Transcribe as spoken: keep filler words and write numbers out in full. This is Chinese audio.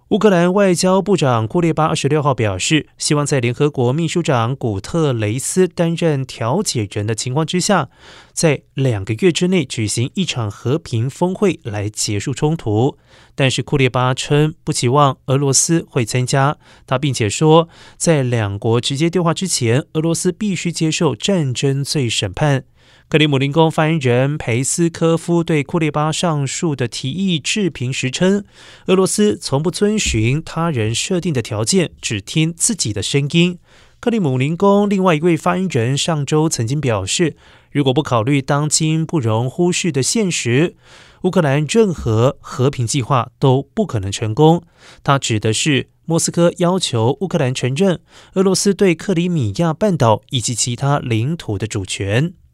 乌克兰外交部长库列巴二十六号表示，希望在联合国秘书长古特雷斯担任调解人的情况之下，在两个月之内举行一场和平峰会来结束冲突。但是库列巴称不期望俄罗斯会参加，他并且说，在两国直接对话之前，俄罗斯必须接受战争罪审判。克里姆林宫发言人佩斯科夫对库列巴上述的提议置评时称，俄罗斯从不遵循他人设定的条件，只听自己的声音。克里姆林宫另外一位发言人上周曾经表示，如果不考虑当今不容忽视的现实，乌克兰任何和平计划都不可能成功。他指的是莫斯科要求乌克兰承认俄罗斯对克里米亚半岛以及其他领土的主权。